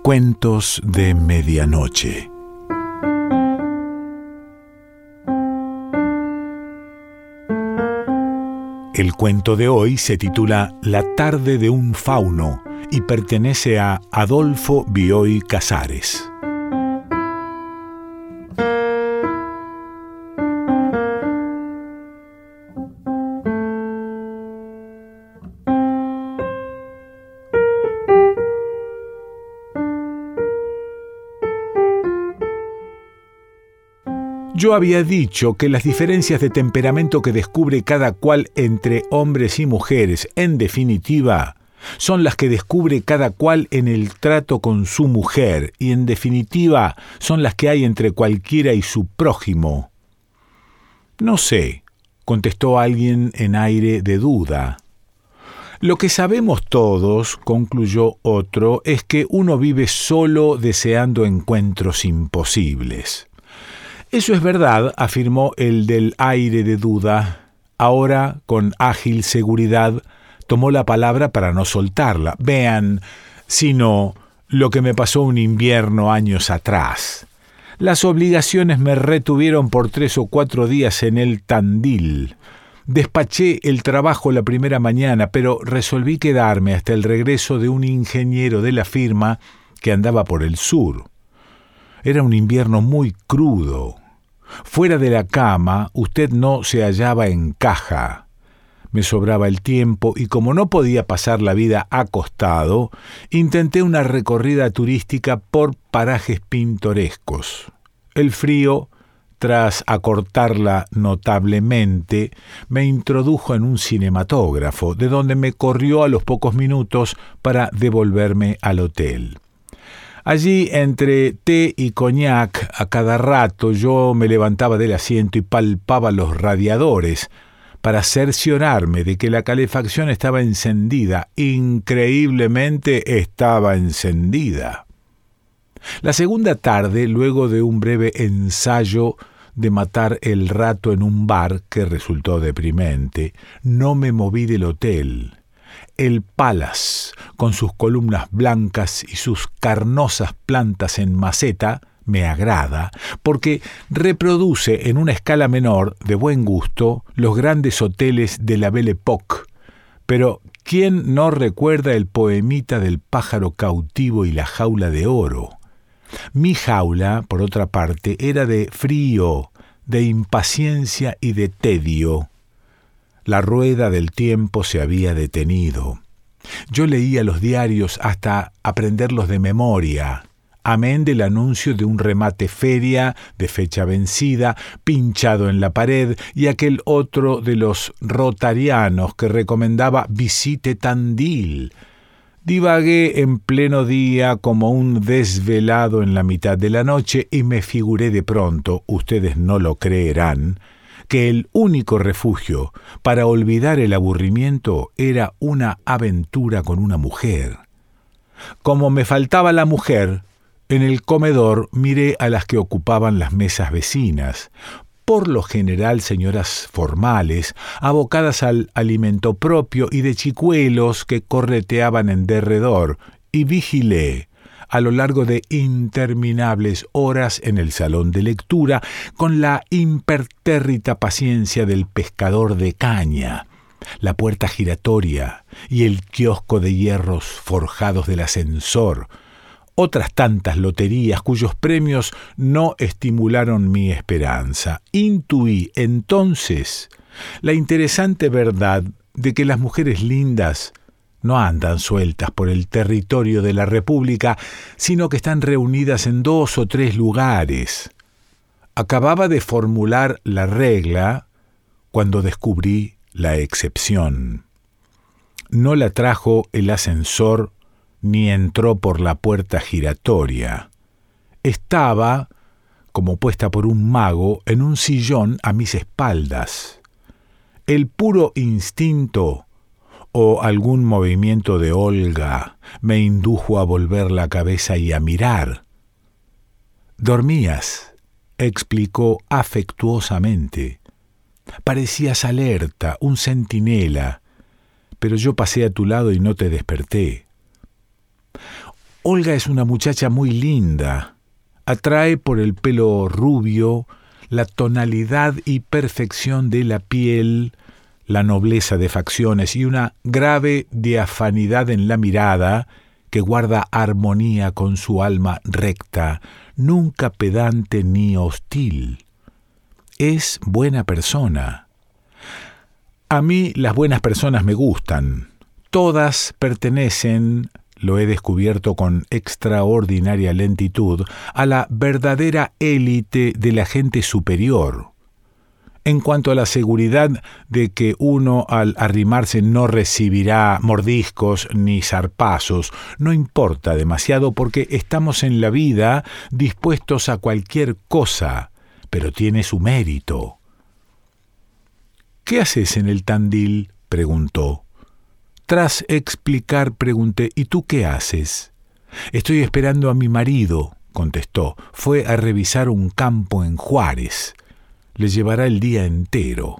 Cuentos de medianoche. El cuento de hoy se titula La tarde de un fauno y pertenece a Adolfo Bioy Casares. Yo había dicho que las diferencias de temperamento que descubre cada cual entre hombres y mujeres, en definitiva, son las que descubre cada cual en el trato con su mujer, y en definitiva son las que hay entre cualquiera y su prójimo. No sé, contestó alguien en aire de duda. Lo que sabemos todos, concluyó otro, es que uno vive solo deseando encuentros imposibles. Eso es verdad, afirmó el del aire de duda. Ahora, con ágil seguridad, tomó la palabra para no soltarla. Vean, sino lo que me pasó un invierno años atrás. Las obligaciones me retuvieron por 3 o 4 días en el Tandil. Despaché el trabajo la primera mañana, pero resolví quedarme hasta el regreso de un ingeniero de la firma que andaba por el sur. Era un invierno muy crudo. Fuera de la cama, usted no se hallaba en caja. Me sobraba el tiempo y como no podía pasar la vida acostado, intenté una recorrida turística por parajes pintorescos. El frío, tras acortarla notablemente, me introdujo en un cinematógrafo, de donde me corrió a los pocos minutos para devolverme al hotel. Allí, entre té y coñac, a cada rato yo me levantaba del asiento y palpaba los radiadores para cerciorarme de que la calefacción estaba encendida. Increíblemente estaba encendida. La segunda tarde, luego de un breve ensayo de matar el rato en un bar que resultó deprimente, no me moví del hotel. El Palace, con sus columnas blancas y sus carnosas plantas en maceta, me agrada, porque reproduce en una escala menor, de buen gusto, los grandes hoteles de la Belle Époque. Pero, ¿quién no recuerda el poemita del pájaro cautivo y la jaula de oro? Mi jaula, por otra parte, era de frío, de impaciencia y de tedio. La rueda del tiempo se había detenido. Yo leía los diarios hasta aprenderlos de memoria, amén del anuncio de un remate feria de fecha vencida, pinchado en la pared, y aquel otro de los rotarianos que recomendaba visite Tandil. Divagué en pleno día como un desvelado en la mitad de la noche y me figuré de pronto, ustedes no lo creerán, que el único refugio para olvidar el aburrimiento era una aventura con una mujer. Como me faltaba la mujer, en el comedor miré a las que ocupaban las mesas vecinas, por lo general señoras formales, abocadas al alimento propio y de chicuelos que correteaban en derredor, y vigilé a lo largo de interminables horas en el salón de lectura, con la impertérrita paciencia del pescador de caña, la puerta giratoria y el kiosco de hierros forjados del ascensor, otras tantas loterías cuyos premios no estimularon mi esperanza. Intuí entonces la interesante verdad de que las mujeres lindas no andan sueltas por el territorio de la República, sino que están reunidas en 2 o 3 lugares. Acababa de formular la regla cuando descubrí la excepción. No la trajo el ascensor ni entró por la puerta giratoria. Estaba, como puesta por un mago, en un sillón a mis espaldas. El puro instinto o algún movimiento de Olga me indujo a volver la cabeza y a mirar. «Dormías», explicó afectuosamente. «Parecías alerta, un centinela, pero yo pasé a tu lado y no te desperté». Olga es una muchacha muy linda. Atrae por el pelo rubio, la tonalidad y perfección de la piel, la nobleza de facciones y una grave diafanidad en la mirada que guarda armonía con su alma recta, nunca pedante ni hostil. Es buena persona. A mí las buenas personas me gustan. Todas pertenecen, lo he descubierto con extraordinaria lentitud, a la verdadera élite de la gente superior. En cuanto a la seguridad de que uno al arrimarse no recibirá mordiscos ni zarpazos, no importa demasiado porque estamos en la vida dispuestos a cualquier cosa, pero tiene su mérito. ¿Qué haces en el Tandil?, preguntó. Tras explicar, pregunté, ¿y tú qué haces? Estoy esperando a mi marido, contestó. Fue a revisar un campo en Juárez. Le llevará el día entero.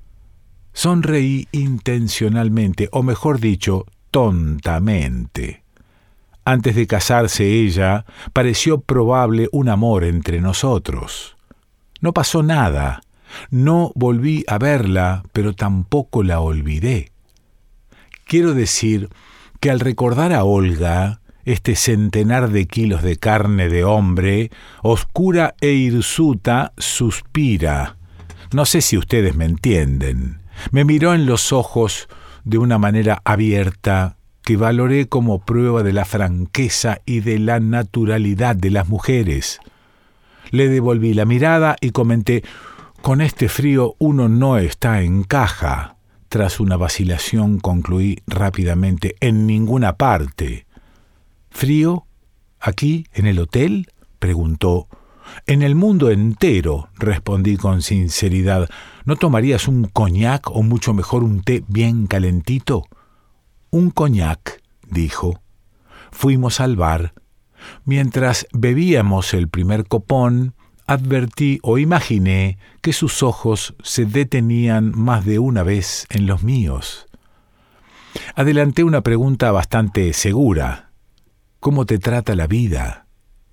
Sonreí intencionalmente, o mejor dicho, tontamente. Antes de casarse ella, pareció probable un amor entre nosotros. No pasó nada. No volví a verla, pero tampoco la olvidé. Quiero decir que al recordar a Olga, este centenar de kilos de carne de hombre, oscura e hirsuta, suspira. No sé si ustedes me entienden. Me miró en los ojos de una manera abierta que valoré como prueba de la franqueza y de la naturalidad de las mujeres. Le devolví la mirada y comenté: «Con este frío uno no está en caja». Tras una vacilación concluí rápidamente: «En ninguna parte». «¿Frío? ¿Aquí, en el hotel?», preguntó. «En el mundo entero», respondí con sinceridad. «¿No tomarías un coñac o mucho mejor un té bien calentito?» «Un coñac», dijo. Fuimos al bar. Mientras bebíamos el primer copón, advertí o imaginé que sus ojos se detenían más de una vez en los míos. Adelanté una pregunta bastante segura. ¿Cómo te trata la vida?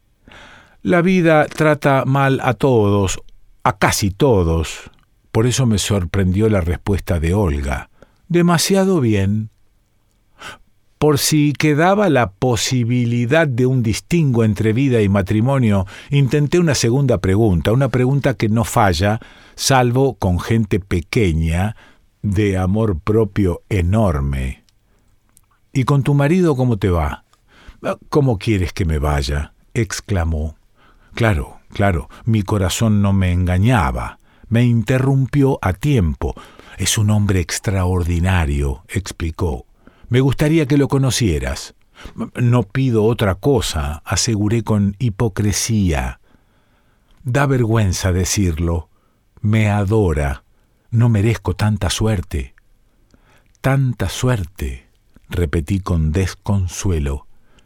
La vida trata mal a todos, a casi todos. Por eso me sorprendió la respuesta de Olga. Demasiado bien. Por si quedaba la posibilidad de un distingo entre vida y matrimonio, intenté una segunda pregunta, una pregunta que no falla, salvo con gente pequeña, de amor propio enorme. «¿Y con tu marido cómo te va?» «¿Cómo quieres que me vaya?», exclamó. Claro, mi corazón no me engañaba. Me interrumpió a tiempo. «Es un hombre extraordinario», explicó. «Me gustaría que lo conocieras». «No pido otra cosa», aseguré con hipocresía. Da vergüenza decirlo. Me adora. No merezco tanta suerte. «Tanta suerte», repetí con desconsuelo.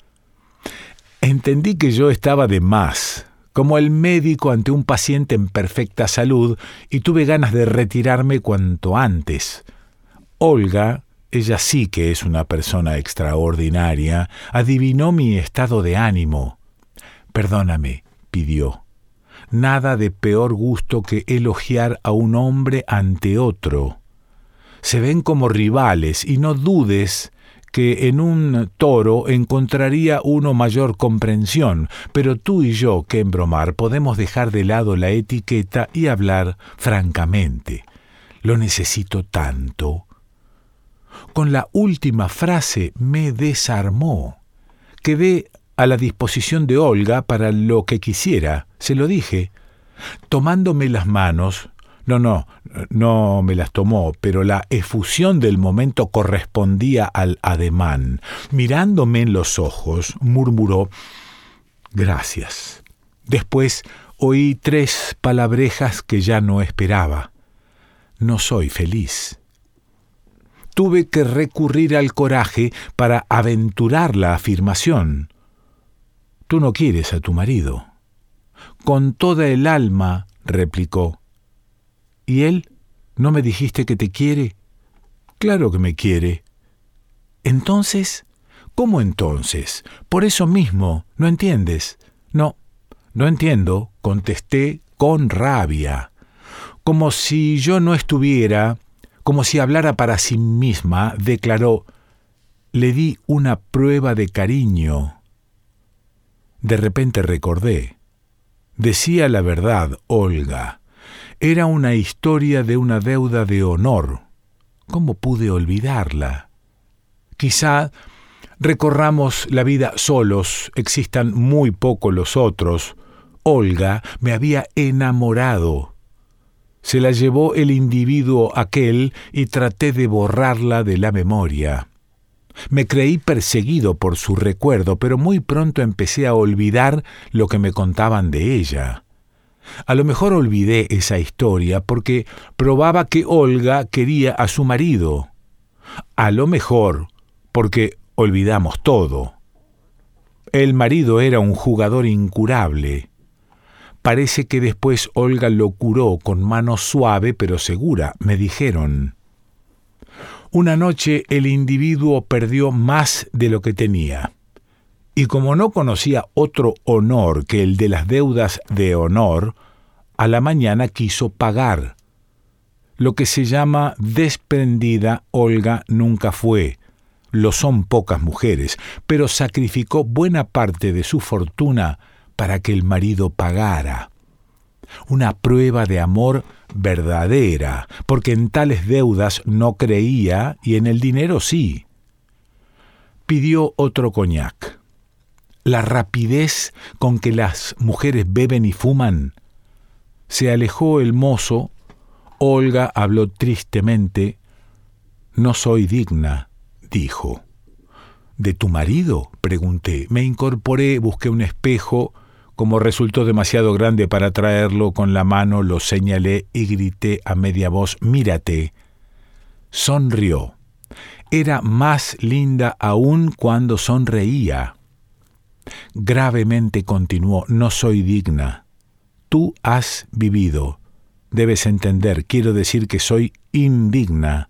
Entendí que yo estaba de más, como el médico ante un paciente en perfecta salud, y tuve ganas de retirarme cuanto antes. Olga, ella sí que es una persona extraordinaria, adivinó mi estado de ánimo. «Perdóname», pidió. «Nada de peor gusto que elogiar a un hombre ante otro. Se ven como rivales y no dudes que en un toro encontraría uno mayor comprensión, pero tú y yo, que en bromar, podemos dejar de lado la etiqueta y hablar francamente. Lo necesito tanto». Con la última frase me desarmó. Quedé a la disposición de Olga para lo que quisiera, se lo dije. Tomándome las manos, no me las tomó, pero la efusión del momento correspondía al ademán. Mirándome en los ojos, murmuró: «Gracias». Después oí 3 palabrejas que ya no esperaba. «No soy feliz». Tuve que recurrir al coraje para aventurar la afirmación. «Tú no quieres a tu marido». «Con toda el alma», replicó. «¿Y él? ¿No me dijiste que te quiere?» «Claro que me quiere». «Entonces, ¿Cómo entonces? Por eso mismo, ¿no entiendes? No, no entiendo, contesté con rabia. Como si yo no estuviera, como si hablara para sí misma, declaró: le di una prueba de cariño. De repente recordé. Decía la verdad, Olga. Era una historia de una deuda de honor. ¿Cómo pude olvidarla? Quizá recorramos la vida solos, existan muy pocos los otros. Olga me había enamorado. Se la llevó el individuo aquel y traté de borrarla de la memoria. Me creí perseguido por su recuerdo, pero muy pronto empecé a olvidar lo que me contaban de ella. A lo mejor olvidé esa historia porque probaba que Olga quería a su marido. A lo mejor porque olvidamos todo. El marido era un jugador incurable. Parece que después Olga lo curó con mano suave pero segura, me dijeron. Una noche el individuo perdió más de lo que tenía. Y como no conocía otro honor que el de las deudas de honor, a la mañana quiso pagar. Lo que se llama desprendida, Olga nunca fue. Lo son pocas mujeres, pero sacrificó buena parte de su fortuna para que el marido pagara. Una prueba de amor verdadera, porque en tales deudas no creía y en el dinero sí. Pidió otro coñac. La rapidez con que las mujeres beben y fuman. Se alejó el mozo. Olga habló tristemente. No soy digna, dijo. ¿De tu marido?, pregunté. Me incorporé, busqué un espejo. Como resultó demasiado grande para traerlo con la mano, lo señalé y grité a media voz: «Mírate». Sonrió. Era más linda aún cuando sonreía. Gravemente continuó: «No soy digna. Tú has vivido. Debes entender, quiero decir que soy indigna».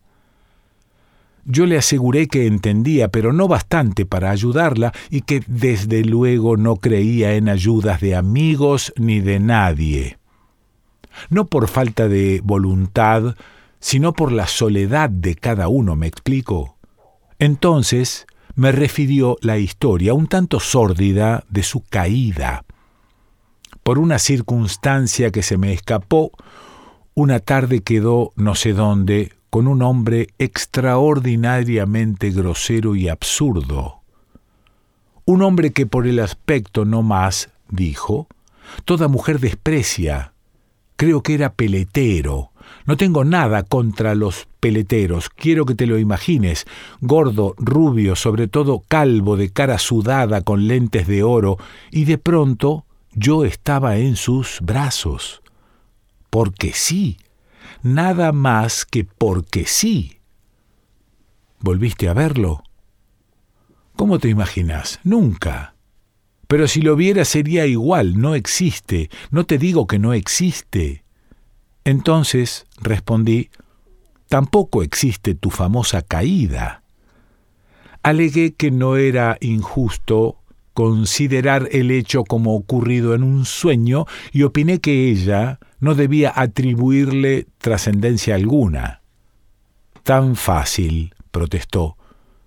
Yo le aseguré que entendía, pero no bastante para ayudarla, y que desde luego no creía en ayudas de amigos ni de nadie. No por falta de voluntad, sino por la soledad de cada uno, ¿me explico? Entonces me refirió la historia, un tanto sórdida, de su caída. Por una circunstancia que se me escapó, una tarde quedó no sé dónde, con un hombre extraordinariamente grosero y absurdo. Un hombre que por el aspecto no más, dijo, toda mujer desprecia. Creo que era peletero. No tengo nada contra los peleteros, quiero que te lo imagines, gordo, rubio, sobre todo calvo, de cara sudada, con lentes de oro, y de pronto yo estaba en sus brazos. Porque sí. Nada más que porque sí. ¿Volviste a verlo? ¿Cómo te imaginas? Nunca. Pero si lo viera sería igual, no existe. No te digo que no existe. Entonces, respondí, tampoco existe tu famosa caída. Alegué que no era injusto considerar el hecho como ocurrido en un sueño y opiné que ella no debía atribuirle trascendencia alguna. Tan fácil, protestó.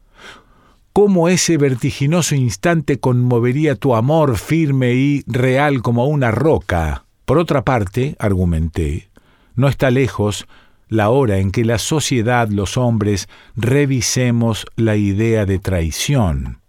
¿Cómo ese vertiginoso instante conmovería tu amor firme y real como una roca? Por otra parte, argumenté, no está lejos la hora en que la sociedad, los hombres, revisemos la idea de traición.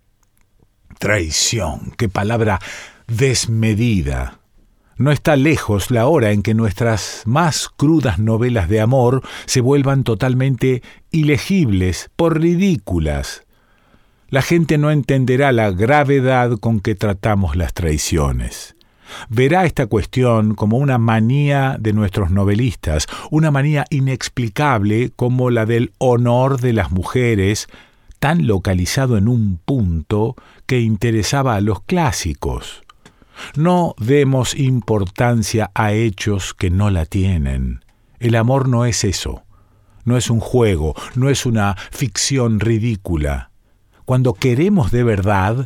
Traición, qué palabra desmedida. No está lejos la hora en que nuestras más crudas novelas de amor se vuelvan totalmente ilegibles, por ridículas. La gente no entenderá la gravedad con que tratamos las traiciones. Verá esta cuestión como una manía de nuestros novelistas, una manía inexplicable como la del honor de las mujeres, tan localizado en un punto que interesaba a los clásicos. No demos importancia a hechos que no la tienen. El amor no es eso. No es un juego, no es una ficción ridícula. cuando queremos de verdad.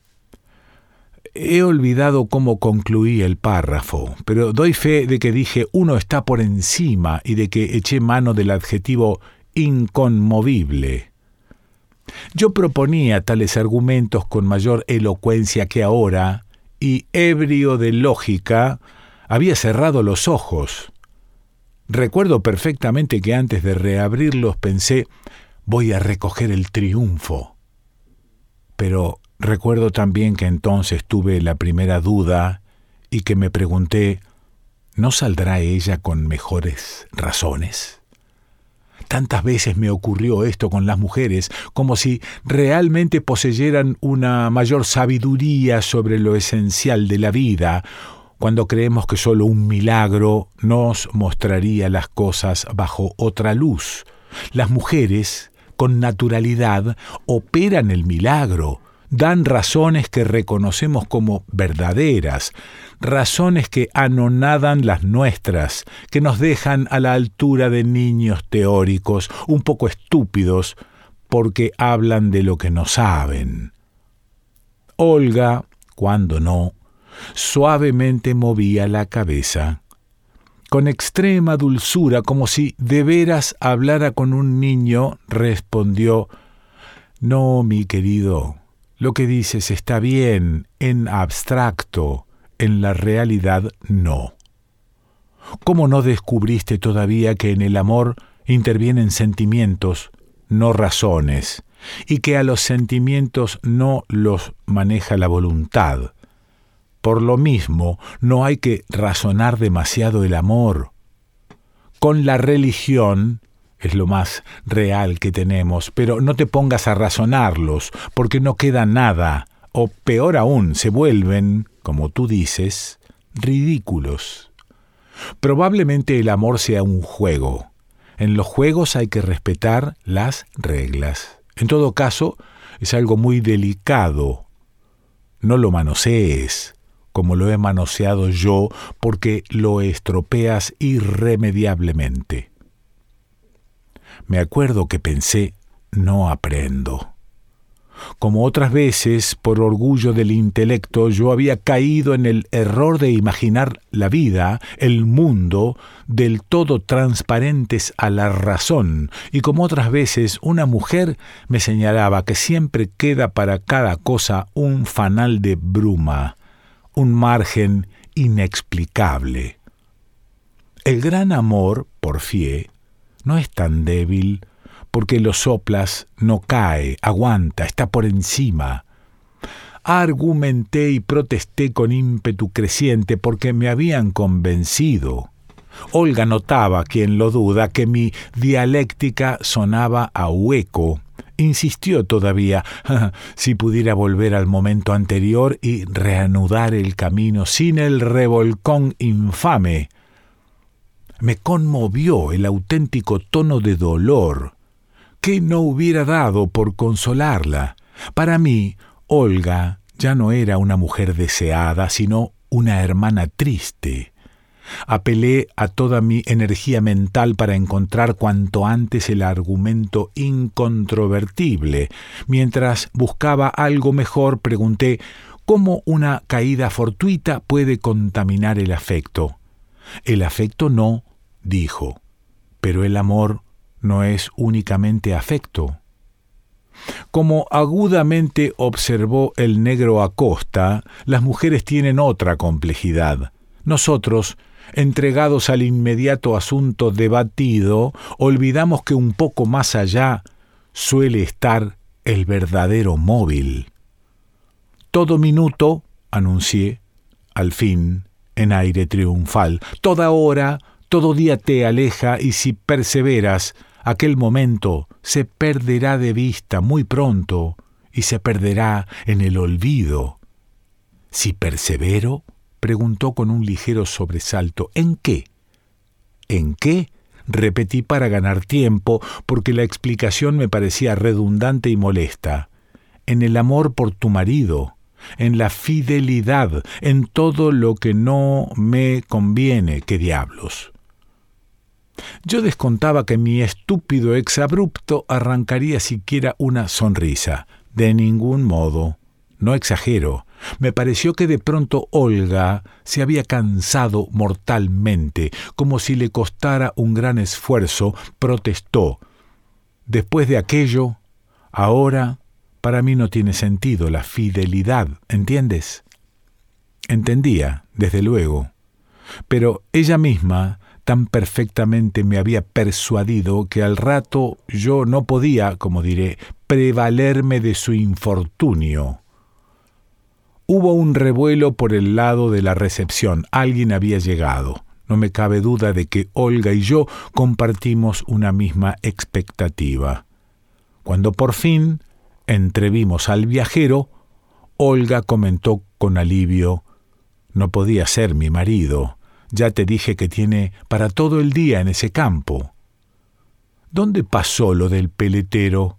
He olvidado cómo concluí el párrafo, pero doy fe de que dije uno está por encima y de que eché mano del adjetivo inconmovible. Yo proponía tales argumentos con mayor elocuencia que ahora, y ebrio de lógica, había cerrado los ojos. Recuerdo perfectamente que antes de reabrirlos pensé, voy a recoger el triunfo. Pero recuerdo también que entonces tuve la primera duda y que me pregunté, ¿no saldrá ella con mejores razones? Tantas veces me ocurrió esto con las mujeres, como si realmente poseyeran una mayor sabiduría sobre lo esencial de la vida, cuando creemos que solo un milagro nos mostraría las cosas bajo otra luz. Las mujeres, con naturalidad, operan el milagro, dan razones que reconocemos como verdaderas, razones que anonadan las nuestras, que nos dejan a la altura de niños teóricos, un poco estúpidos, porque hablan de lo que no saben. Olga, cuando no, suavemente movía la cabeza, con extrema dulzura, como si de veras hablara con un niño, respondió, «No, mi querido, lo que dices está bien en abstracto, en la realidad no. ¿Cómo no descubriste todavía que en el amor intervienen sentimientos, no razones, y que a los sentimientos no los maneja la voluntad? Por lo mismo, no hay que razonar demasiado el amor. Con la religión es lo más real que tenemos, pero no te pongas a razonarlos, porque no queda nada, o peor aún, se vuelven, como tú dices, ridículos. Probablemente el amor sea un juego. En los juegos hay que respetar las reglas. En todo caso, es algo muy delicado. No lo manosees, como lo he manoseado yo, porque lo estropeas irremediablemente. Me acuerdo que pensé, no aprendo. Como otras veces, por orgullo del intelecto, yo había caído en el error de imaginar la vida, el mundo, del todo transparentes a la razón, y como otras veces una mujer me señalaba que siempre queda para cada cosa un fanal de bruma, un margen inexplicable. El gran amor, porfié, no es tan débil, porque lo soplas, no cae, aguanta, está por encima. Argumenté y protesté con ímpetu creciente porque me habían convencido. Olga notaba, quien lo duda, que mi dialéctica sonaba a hueco. Insistió todavía, si pudiera volver al momento anterior y reanudar el camino sin el revolcón infame. Me conmovió el auténtico tono de dolor. ¿Qué no hubiera dado por consolarla? Para mí, Olga ya no era una mujer deseada, sino una hermana triste. Apelé a toda mi energía mental para encontrar cuanto antes el argumento incontrovertible. Mientras buscaba algo mejor, pregunté ¿cómo una caída fortuita puede contaminar el afecto? El afecto no, dijo, pero el amor no es únicamente afecto. Como agudamente observó el negro Acosta, las mujeres tienen otra complejidad. Nosotros, entregados al inmediato asunto debatido, olvidamos que un poco más allá suele estar el verdadero móvil. Todo minuto, anuncié, al fin, en aire triunfal, toda hora, todo día te aleja y si perseveras, aquel momento se perderá de vista muy pronto y se perderá en el olvido. ¿Si persevero? Preguntó con un ligero sobresalto. ¿En qué? ¿En qué? Repetí para ganar tiempo, porque la explicación me parecía redundante y molesta. En el amor por tu marido, en la fidelidad, en todo lo que no me conviene. ¿Qué diablos? Yo descontaba que mi estúpido exabrupto arrancaría siquiera una sonrisa. De ningún modo. No exagero. Me pareció que de pronto Olga se había cansado mortalmente, como si le costara un gran esfuerzo. Protestó. Después de aquello, ahora, para mí no tiene sentido la fidelidad, ¿entiendes? Entendía, desde luego. Pero ella misma tan perfectamente me había persuadido que al rato yo no podía, como diré, prevalerme de su infortunio. Hubo un revuelo por el lado de la recepción. Alguien había llegado. No me cabe duda de que Olga y yo compartimos una misma expectativa. Cuando por fin entrevimos al viajero, Olga comentó con alivio: «No podía ser mi marido. Ya te dije que tiene para todo el día en ese campo». «¿Dónde pasó lo del peletero?»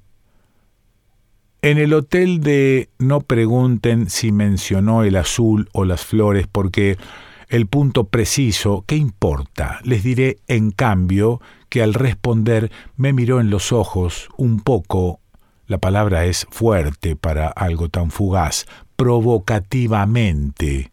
«En el hotel de... No pregunten si mencionó el azul o las flores, porque el punto preciso, ¿qué importa? Les diré, en cambio, que al responder me miró en los ojos un poco, la palabra es fuerte para algo tan fugaz, provocativamente».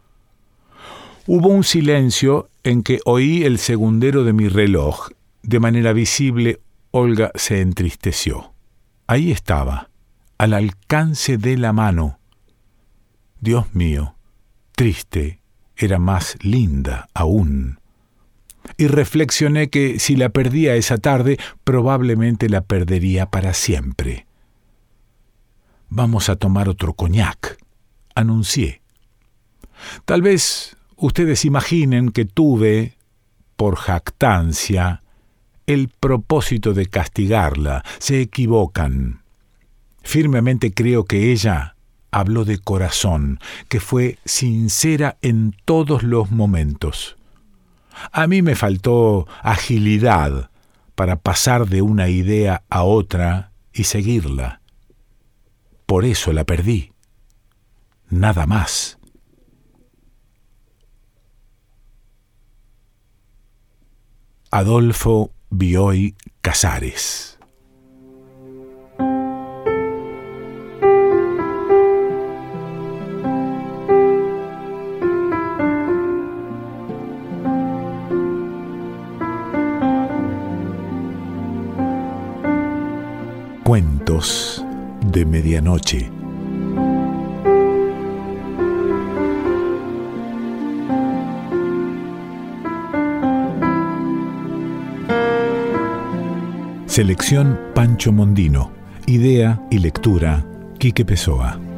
Hubo un silencio en que oí el segundero de mi reloj. De manera visible, Olga se entristeció. Ahí estaba, al alcance de la mano. Dios mío, triste, era más linda aún. Y reflexioné que si la perdía esa tarde, probablemente la perdería para siempre. «Vamos a tomar otro coñac», anuncié. Tal vez ustedes imaginen que tuve, por jactancia, el propósito de castigarla. Se equivocan. Firmemente creo que ella habló de corazón, que fue sincera en todos los momentos. A mí me faltó agilidad para pasar de una idea a otra y seguirla. Por eso la perdí. Nada más. Adolfo Bioy Casares. Cuentos de medianoche. Selección Pancho Mondino. Idea y lectura Quique Pessoa.